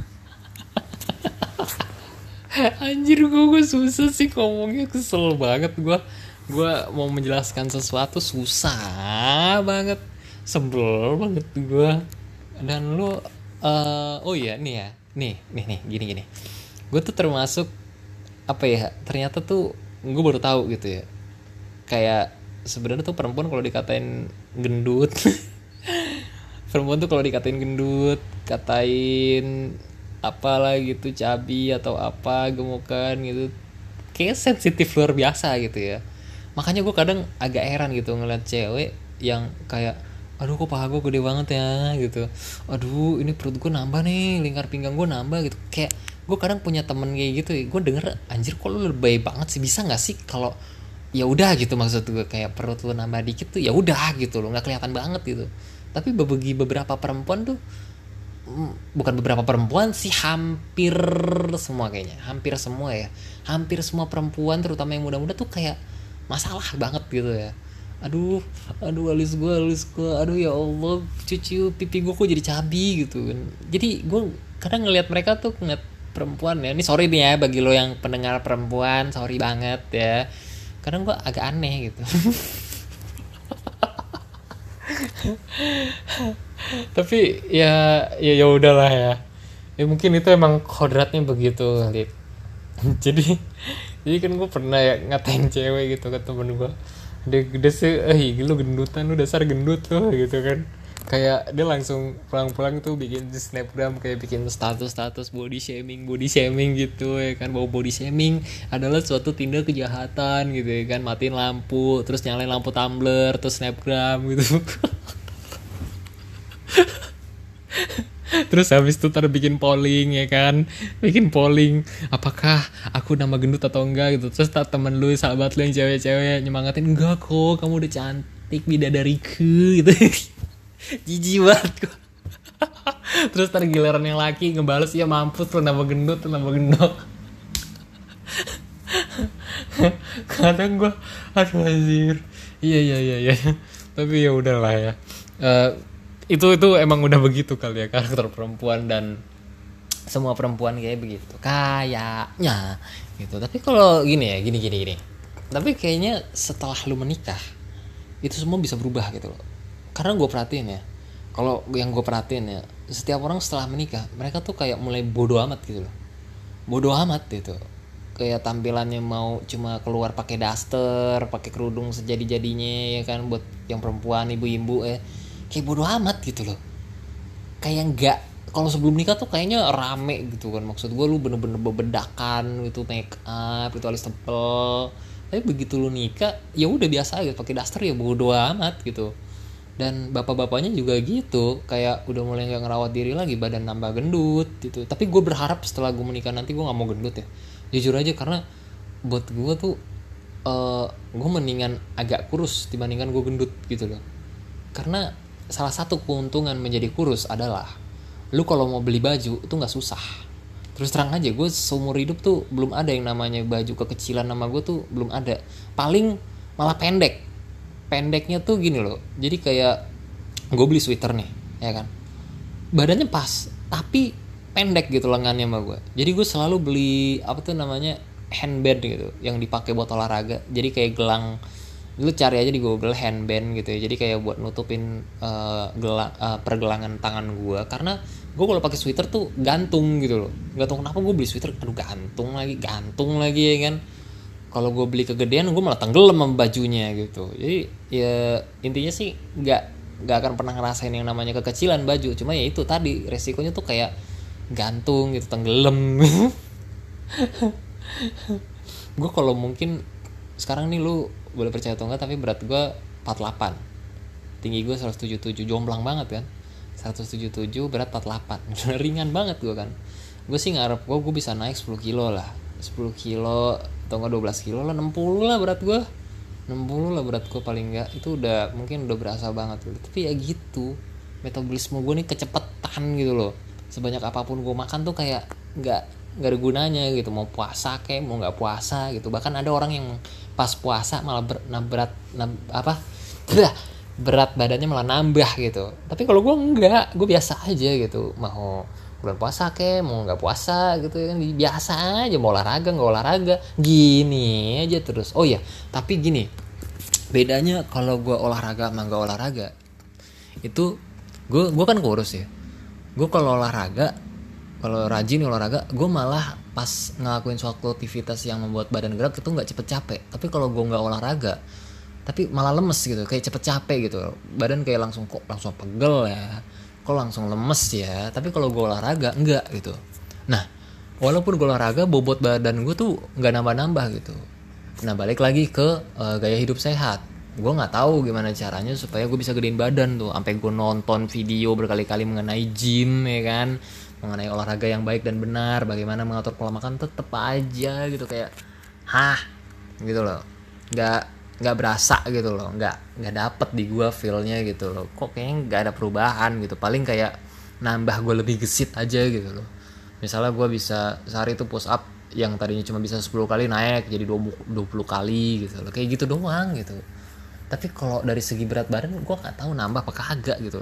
Anjir, gue, gue susah sih ngomongnya, kesel banget gue. Gue mau menjelaskan sesuatu susah banget, sebel banget gue. Dan lu, uh, oh iya nih ya, nih, nih, nih, gini, gini. Gue tuh termasuk apa ya? Ternyata tuh gue baru tahu gitu ya. Kayak sebenarnya tuh perempuan kalau dikatain gendut, perempuan tuh kalau dikatain gendut, katain apalah gitu, cabi atau apa, gemukan gitu, kayak sensitif luar biasa gitu ya. Makanya gue kadang agak heran gitu ngeliat cewek yang kayak, aduh kok paha gue gede banget ya gitu, aduh ini perut gue nambah nih, lingkar pinggang gue nambah gitu. Kayak gue kadang punya temen kayak gitu ya, gue denger anjir kok lu lebay banget sih, bisa nggak sih kalau ya udah gitu, maksud gue kayak perut lu nambah dikit tuh ya udah gitu loh, nggak kelihatan banget gitu. Tapi bagi beberapa perempuan tuh, bukan beberapa perempuan sih, hampir semua kayaknya, hampir semua ya, hampir semua perempuan terutama yang muda-muda tuh kayak masalah banget gitu ya. Aduh, aduh alis gue, alis gue, aduh ya Allah, cuci pipi gue kok jadi cabi gitu kan. Jadi gue kadang ngelihat mereka tuh, ngeliat perempuan ya, ini sorry nih ya bagi lo yang pendengar perempuan, sorry banget ya. Kadang gue agak aneh gitu. Tapi ya ya ya udahlah ya. Ya mungkin itu emang kodratnya begitu kali. jadi jadi kan gue pernah ya ngatain cewek gitu ke temen gue, dia gede sih, eh lu gendutan, lu dasar gendut tuh gitu kan. Kayak dia langsung pulang-pulang tuh bikin snapgram, kayak bikin status-status body shaming body shaming gitu ya kan. Bahwa body shaming adalah suatu tindak kejahatan gitu ya kan. Matiin lampu, terus nyalain lampu tumbler, terus snapgram gitu. Terus habis itu ntar bikin polling ya kan, bikin polling apakah aku nama gendut atau enggak gitu. Terus tak temen lu, sahabat lu yang cewek-cewek nyemangatin, enggak kok kamu udah cantik bidadariku gitu. Jijik banget gua. Terus ntar giliran yang laki ngebales, ya mampus lu nama gendut, lu nama gendok. Kadang gua aduh anjir. Iya iya iya iya. Tapi ya udahlah ya. Uh, itu itu emang udah begitu kali ya karakter perempuan, dan semua perempuan kayak begitu kayaknya gitu. Tapi kalau gini ya, gini gini gini. Tapi kayaknya setelah lu menikah itu semua bisa berubah gitu loh. Karena gue perhatiin ya, kalau yang gue perhatiin ya, setiap orang setelah menikah mereka tuh kayak mulai bodo amat gitu loh. Bodo amat gitu. Kayak tampilannya mau cuma keluar pakai daster, pakai kerudung sejadi-jadinya ya kan, buat yang perempuan, ibu-ibu ya. Kayak bodo amat gitu loh. Kayak enggak, kalau sebelum nikah tuh kayaknya rame gitu kan. Maksud gue lu bener-bener bebedakan gitu, make up itu, alis tebel. Tapi begitu lu nikah ya udah biasa aja pakai daster, ya bodo amat gitu. Dan bapak-bapaknya juga gitu, kayak udah mulai nggak ngerawat diri lagi, badan nambah gendut gitu. Tapi gue berharap setelah gue menikah nanti gue nggak mau gendut ya, jujur aja. Karena buat gue tuh uh, gue mendingan agak kurus dibandingkan gue gendut gitu loh. Karena salah satu keuntungan menjadi kurus adalah lu kalau mau beli baju itu nggak susah. Terus terang aja, gue seumur hidup tuh belum ada yang namanya baju kekecilan nama gue tuh belum ada. Paling malah pendek. Pendeknya tuh gini loh. Jadi kayak gue beli sweater nih, ya kan. badannya pas tapi pendek gitu lengannya sama gue. Jadi gue selalu beli apa tuh namanya handband gitu yang dipakai buat olahraga. Jadi kayak gelang, lu cari aja di Google handband gitu ya. Jadi kayak buat nutupin uh, gelang, uh, pergelangan tangan gue. Karena gue kalau pakai sweater tuh gantung gitu loh. Gak tau kenapa gue beli sweater, aduh gantung lagi, gantung lagi ya kan. Kalau gue beli kegedean gue malah tenggelam sama bajunya gitu. Jadi ya intinya sih nggak nggak akan pernah ngerasain yang namanya kekecilan baju. Cuma ya itu tadi resikonya tuh kayak gantung gitu, tenggelam. Gue kalau mungkin sekarang nih lu boleh percaya atau enggak, tapi berat gue empat puluh delapan, tinggi gue seratus tujuh puluh tujuh, jomplang banget kan, seratus tujuh puluh tujuh, berat empat puluh delapan. Ringan banget gue kan. Gue sih ngarep gue gue bisa naik sepuluh kilo lah, sepuluh kilo atau enggak dua belas kilo lah, enam puluh lah berat gue, enam puluh lah berat gue paling enggak. Itu udah mungkin udah berasa banget gitu. Tapi ya gitu, metabolisme gue nih kecepetan gitu loh. Sebanyak apapun gue makan tuh kayak nggak nggak ada gunanya gitu, mau puasa kayak mau nggak puasa gitu. Bahkan ada orang yang pas puasa malah ber, nah berat nah, apa berat badannya malah nambah gitu. Tapi kalau gue enggak, gue biasa aja gitu, mau bulan puasa kayak mau nggak puasa gitu kan, biasa aja, mau olahraga nggak olahraga gini aja terus. Oh iya, tapi gini bedanya kalau gue olahraga sama nggak olahraga itu, gue gue kan kurus ya. Gue kalau olahraga, kalau rajin olahraga, gue malah pas ngelakuin suatu aktivitas yang membuat badan gerak itu nggak cepet capek. Tapi kalau gue nggak olahraga, tapi malah lemes gitu, kayak cepet capek gitu. Badan kayak langsung kok langsung pegel ya, kok langsung lemes ya. Tapi kalau gue olahraga enggak gitu. Nah, walaupun gue olahraga, bobot badan gue tuh nggak nambah-nambah gitu. Nah, balik lagi ke uh, gaya hidup sehat. Gue nggak tahu gimana caranya supaya gue bisa gedein badan tuh. Sampai gue nonton video berkali-kali mengenai gym ya kan, mengenai olahraga yang baik dan benar, bagaimana mengatur pola makan, tetep aja gitu kayak hah gitu loh, nggak nggak berasa gitu loh, nggak nggak dapet di gue feelnya gitu loh. Kok kayaknya nggak ada perubahan gitu, paling kayak nambah gue lebih gesit aja gitu loh. Misalnya gue bisa sehari itu push up yang tadinya cuma bisa sepuluh kali naik jadi dua puluh kali gitu loh, kayak gitu doang gitu. Tapi kalau dari segi berat badan gue nggak tahu nambah apa kagak gitu.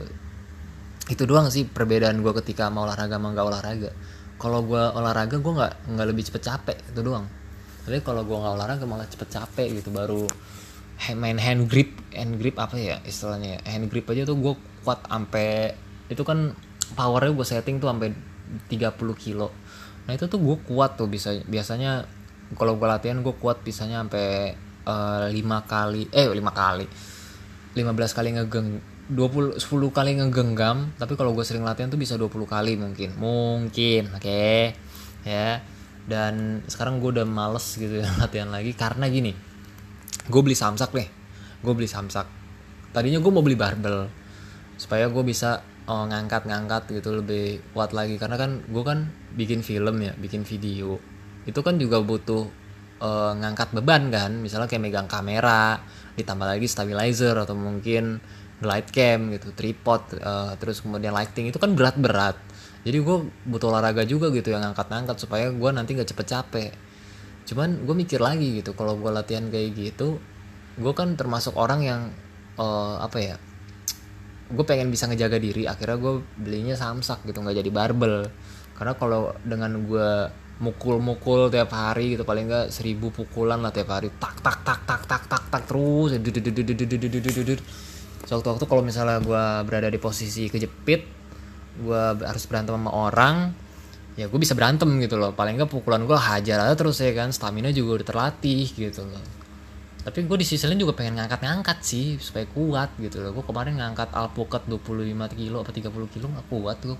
Itu doang sih perbedaan gue ketika mau olahraga sama nggak olahraga. Kalau gue olahraga gue nggak nggak lebih cepet capek, itu doang. Tapi kalau gue nggak olahraga malah cepet capek gitu. Baru main hand grip, hand grip apa ya istilahnya, hand grip aja tuh gue kuat ampe, itu kan powernya gue setting tuh sampai tiga puluh kilo. Nah itu tuh gue kuat tuh, bisa biasanya kalau gue latihan gue kuat bisanya sampai uh, lima kali eh lima kali lima belas kali ngegeng, dua puluh sepuluh kali ngegenggam. Tapi kalau gue sering latihan tuh bisa dua puluh kali mungkin mungkin oke okay. Ya, dan sekarang gue udah males gitu ya latihan lagi karena gini, gue beli samsak nih gue beli samsak tadinya gue mau beli barbel supaya gue bisa oh, ngangkat-ngangkat gitu lebih kuat lagi. Karena kan gue kan bikin film ya, bikin video, itu kan juga butuh uh, ngangkat beban kan. Misalnya kayak megang kamera, ditambah lagi stabilizer atau mungkin glide cam gitu, tripod, uh, terus kemudian lighting, itu kan berat-berat. Jadi gue butuh olahraga juga gitu yang ngangkat-ngangkat supaya gue nanti gak cepet capek. Cuman gue mikir lagi gitu, kalau gue latihan kayak gitu, gue kan termasuk orang yang uh, apa ya, gue pengen bisa ngejaga diri. Akhirnya gue belinya samsak gitu, nggak jadi barbel. Karena kalau dengan gue mukul-mukul tiap hari gitu, paling nggak seribu pukulan lah tiap hari, tak tak tak tak tak tak tak terus. Sewaktu-waktu kalau misalnya gue berada di posisi kejepit, gue harus berantem sama orang, ya gue bisa berantem gitu loh. Paling nggak pukulan gue hajar aja terus ya kan, stamina juga udah terlatih gitu loh. Tapi gue di sisi lain juga pengen ngangkat-ngangkat sih supaya kuat gitu loh. Gue kemarin ngangkat alpukat dua puluh lima kilo apa tiga puluh kilo, gak kuat gue.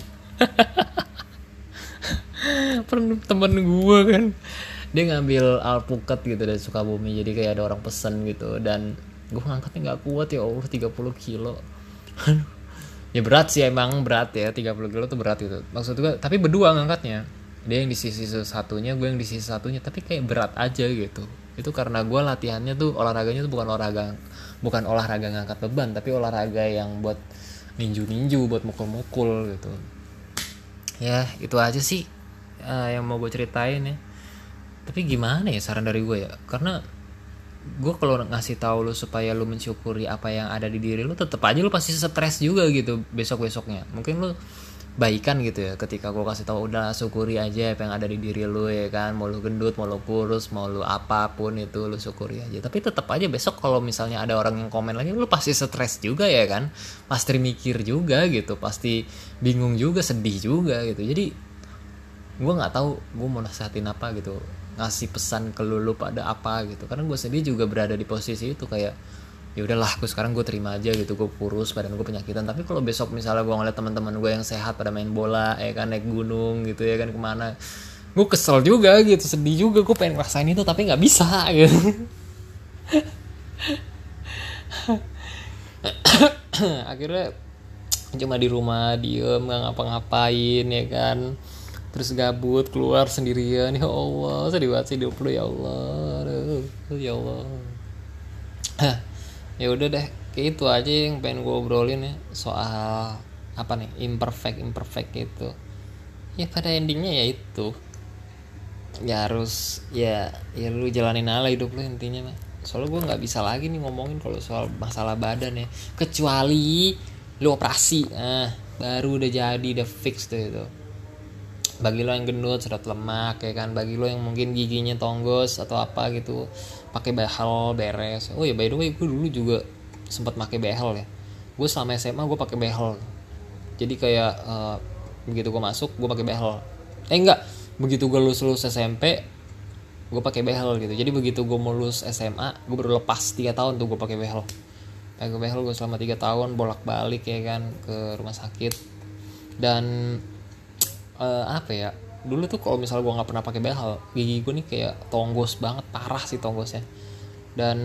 Pernah temen gue kan, dia ngambil alpukat gitu dari Sukabumi, jadi kayak ada orang pesen gitu, dan gue ngangkatnya gak kuat ya Allah, tiga puluh kilo. Ya berat sih, emang berat ya, tiga puluh kilo tuh berat gitu. Maksud gue, tapi berdua ngangkatnya, dia yang di sisi satunya, gue yang di sisi satunya, tapi kayak berat aja gitu. Itu karena gue latihannya tuh, olahraganya tuh bukan olahraga bukan olahraga ngangkat beban, tapi olahraga yang buat ninju-ninju, buat mukul-mukul gitu. Ya itu aja sih uh, yang mau gue ceritain ya. Tapi gimana ya saran dari gue ya, karena gue kalau ngasih tahu lu supaya lu mensyukuri apa yang ada di diri lu, tetap aja lu pasti stres juga gitu besok besoknya. Mungkin lu baikan gitu ya ketika gue kasih tahu udah syukuri aja apa yang ada di diri lu ya kan, mau lu gendut mau lu kurus mau lu apapun itu lu syukuri aja. Tapi tetap aja besok kalau misalnya ada orang yang komen lagi, lu pasti stres juga ya kan, pasti mikir juga gitu, pasti bingung juga, sedih juga gitu. Jadi gue nggak tahu gue mau nasihatin apa gitu, ngasih pesan ke lu, lu pada apa gitu, karena gue sendiri juga berada di posisi itu kayak ya udahlah gue sekarang gue terima aja gitu, gue kurus badan gue penyakitan. Tapi kalau besok misalnya gue ngeliat teman-teman gue yang sehat pada main bola ya kan, naik gunung gitu ya kan, kemana, gue kesel juga gitu, sedih juga, gue pengen ngerasain itu tapi nggak bisa gitu. Akhirnya cuma di rumah diem nggak ngapa-ngapain ya kan, terus gabut keluar sendirian. Ya Allah sedih banget sih hidup lu ya Allah. Aduh, ya Allah. Ya udah deh, kayak itu aja yang pengen gue obrolin ya, soal apa nih, imperfect imperfect gitu ya. Pada endingnya ya itu ya harus ya ya lu jalanin aja hidup lu intinya mah. Soalnya gue nggak bisa lagi nih ngomongin kalau soal masalah badan ya, kecuali lu operasi, nah baru udah jadi, udah fix tuh itu. Bagi lo yang gendut, sedot lemak ya kan, bagi lo yang mungkin giginya tonggos atau apa gitu, pakai behel beres. Oh ya by the way, gue dulu juga sempat pakai behel ya. Gue selama S M A gue pakai behel. Jadi kayak uh, begitu gue masuk gue pakai behel. Eh enggak, begitu gue lulus lulus S M P gue pakai behel gitu. Jadi begitu gue mau lulus S M A gue baru lepas tiga tahun tuh gue pakai behel. Pakai behel gue selama tiga tahun bolak balik ya kan ke rumah sakit. Dan uh, apa ya, dulu tuh kalau misalnya gue nggak pernah pakai behel, gigi gue nih kayak tonggos banget, parah sih tonggosnya. Dan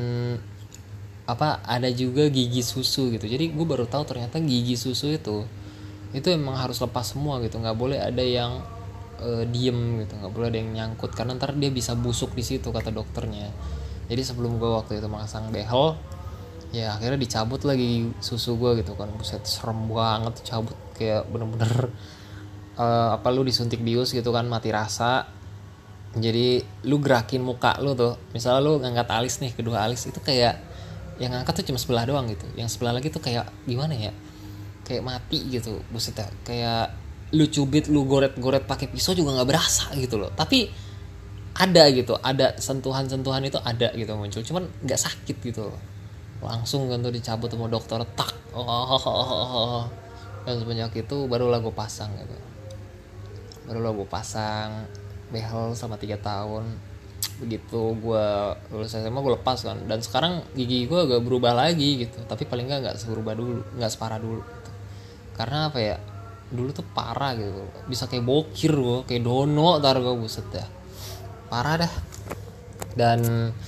apa, ada juga gigi susu gitu. Jadi gue baru tahu ternyata gigi susu itu itu emang harus lepas semua gitu, nggak boleh ada yang uh, diem gitu, nggak boleh ada yang nyangkut karena ntar dia bisa busuk di situ kata dokternya. Jadi sebelum gue waktu itu masang behel, ya akhirnya dicabut lagi susu gue gitu kan. Buset, serem banget cabut, kayak bener-bener uh, apa lu disuntik bius gitu kan, mati rasa. Jadi lu gerakin muka lu tuh, misalnya lu ngangkat alis nih, kedua alis itu kayak yang ngangkat tuh cuma sebelah doang gitu, yang sebelah lagi tuh kayak gimana ya, kayak mati gitu. Buset ya, kayak lu cubit, lu goret-goret pakai pisau juga nggak berasa gitu loh. Tapi ada gitu, ada sentuhan-sentuhan itu ada gitu muncul, cuman nggak sakit gitu loh. Langsung kan tuh dicabut sama dokter, tak. Oh, oh, oh, oh, oh. Dan semenjak itu barulah gue pasang gitu, barulah gue pasang behel selama tiga tahun. Begitu gue lulus S M A gue lepas kan, dan sekarang gigi gue agak berubah lagi gitu, tapi paling nggak nggak seberubah dulu, nggak separah dulu gitu. Karena apa ya, dulu tuh parah gitu, bisa kayak bokir gue, kayak dono tar gue, buset ya, parah dah. Dan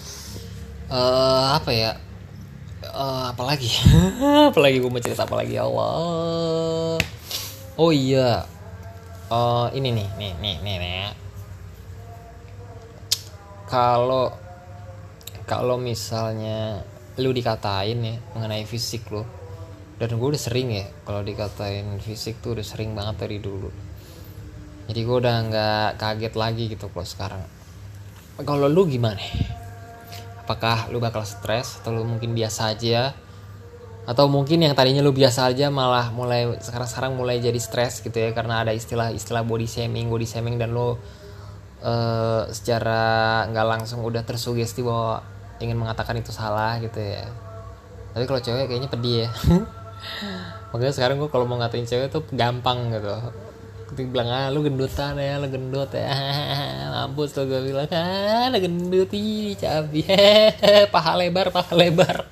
uh, apa ya, uh, apalagi apalagi gue mau cerita apa lagi ya Allah. Oh iya, uh, ini nih nih nih nih, nih. Kalau kalau misalnya lu dikatain ya mengenai fisik lu, dan gue udah sering ya kalau dikatain fisik tuh udah sering banget dari dulu. Jadi gue udah nggak kaget lagi gitu kalau sekarang. Kalau lu gimana? Apakah lu bakal stres atau lu mungkin biasa aja? Atau mungkin yang tadinya lu biasa aja malah mulai sekarang-sekarang mulai jadi stres gitu ya, karena ada istilah-istilah body shaming, body shaming dan lu Uh, secara nggak langsung udah tersugesti bahwa ingin mengatakan itu salah gitu ya. Tapi kalau cewek kayaknya pedih ya. Makanya sekarang gue kalau mau ngatain cewek tuh gampang gitu. Ketika bilang ah lu gendutan ya, lu gendut ya, mampus tuh gue bilang ah lu gendut ih cabi, paha lebar paha lebar.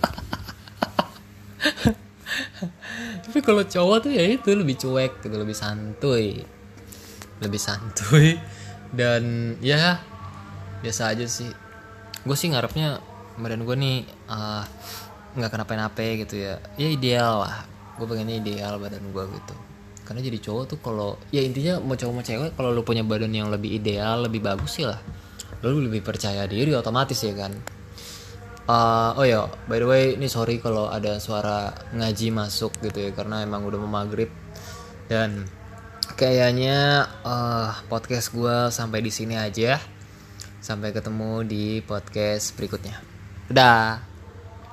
Tapi kalau cowok tuh ya itu lebih cuek gitu, lebih santuy, lebih santuy. Dan ya biasa aja sih. Gue sih ngarepnya badan gue nih uh, gak kenapa-napa gitu ya. Ya ideal lah, gue pengennya ideal badan gue gitu. Karena jadi cowok tuh kalau ya intinya mau cowok mau cewek, kalau lu punya badan yang lebih ideal, lebih bagus sih lah, lu lebih percaya diri otomatis ya kan. uh, Oh ya by the way, ini sorry kalau ada suara ngaji masuk gitu ya, karena emang udah mau maghrib. Dan kayaknya uh, podcast gue sampai di sini aja. Sampai ketemu di podcast berikutnya. Dadah.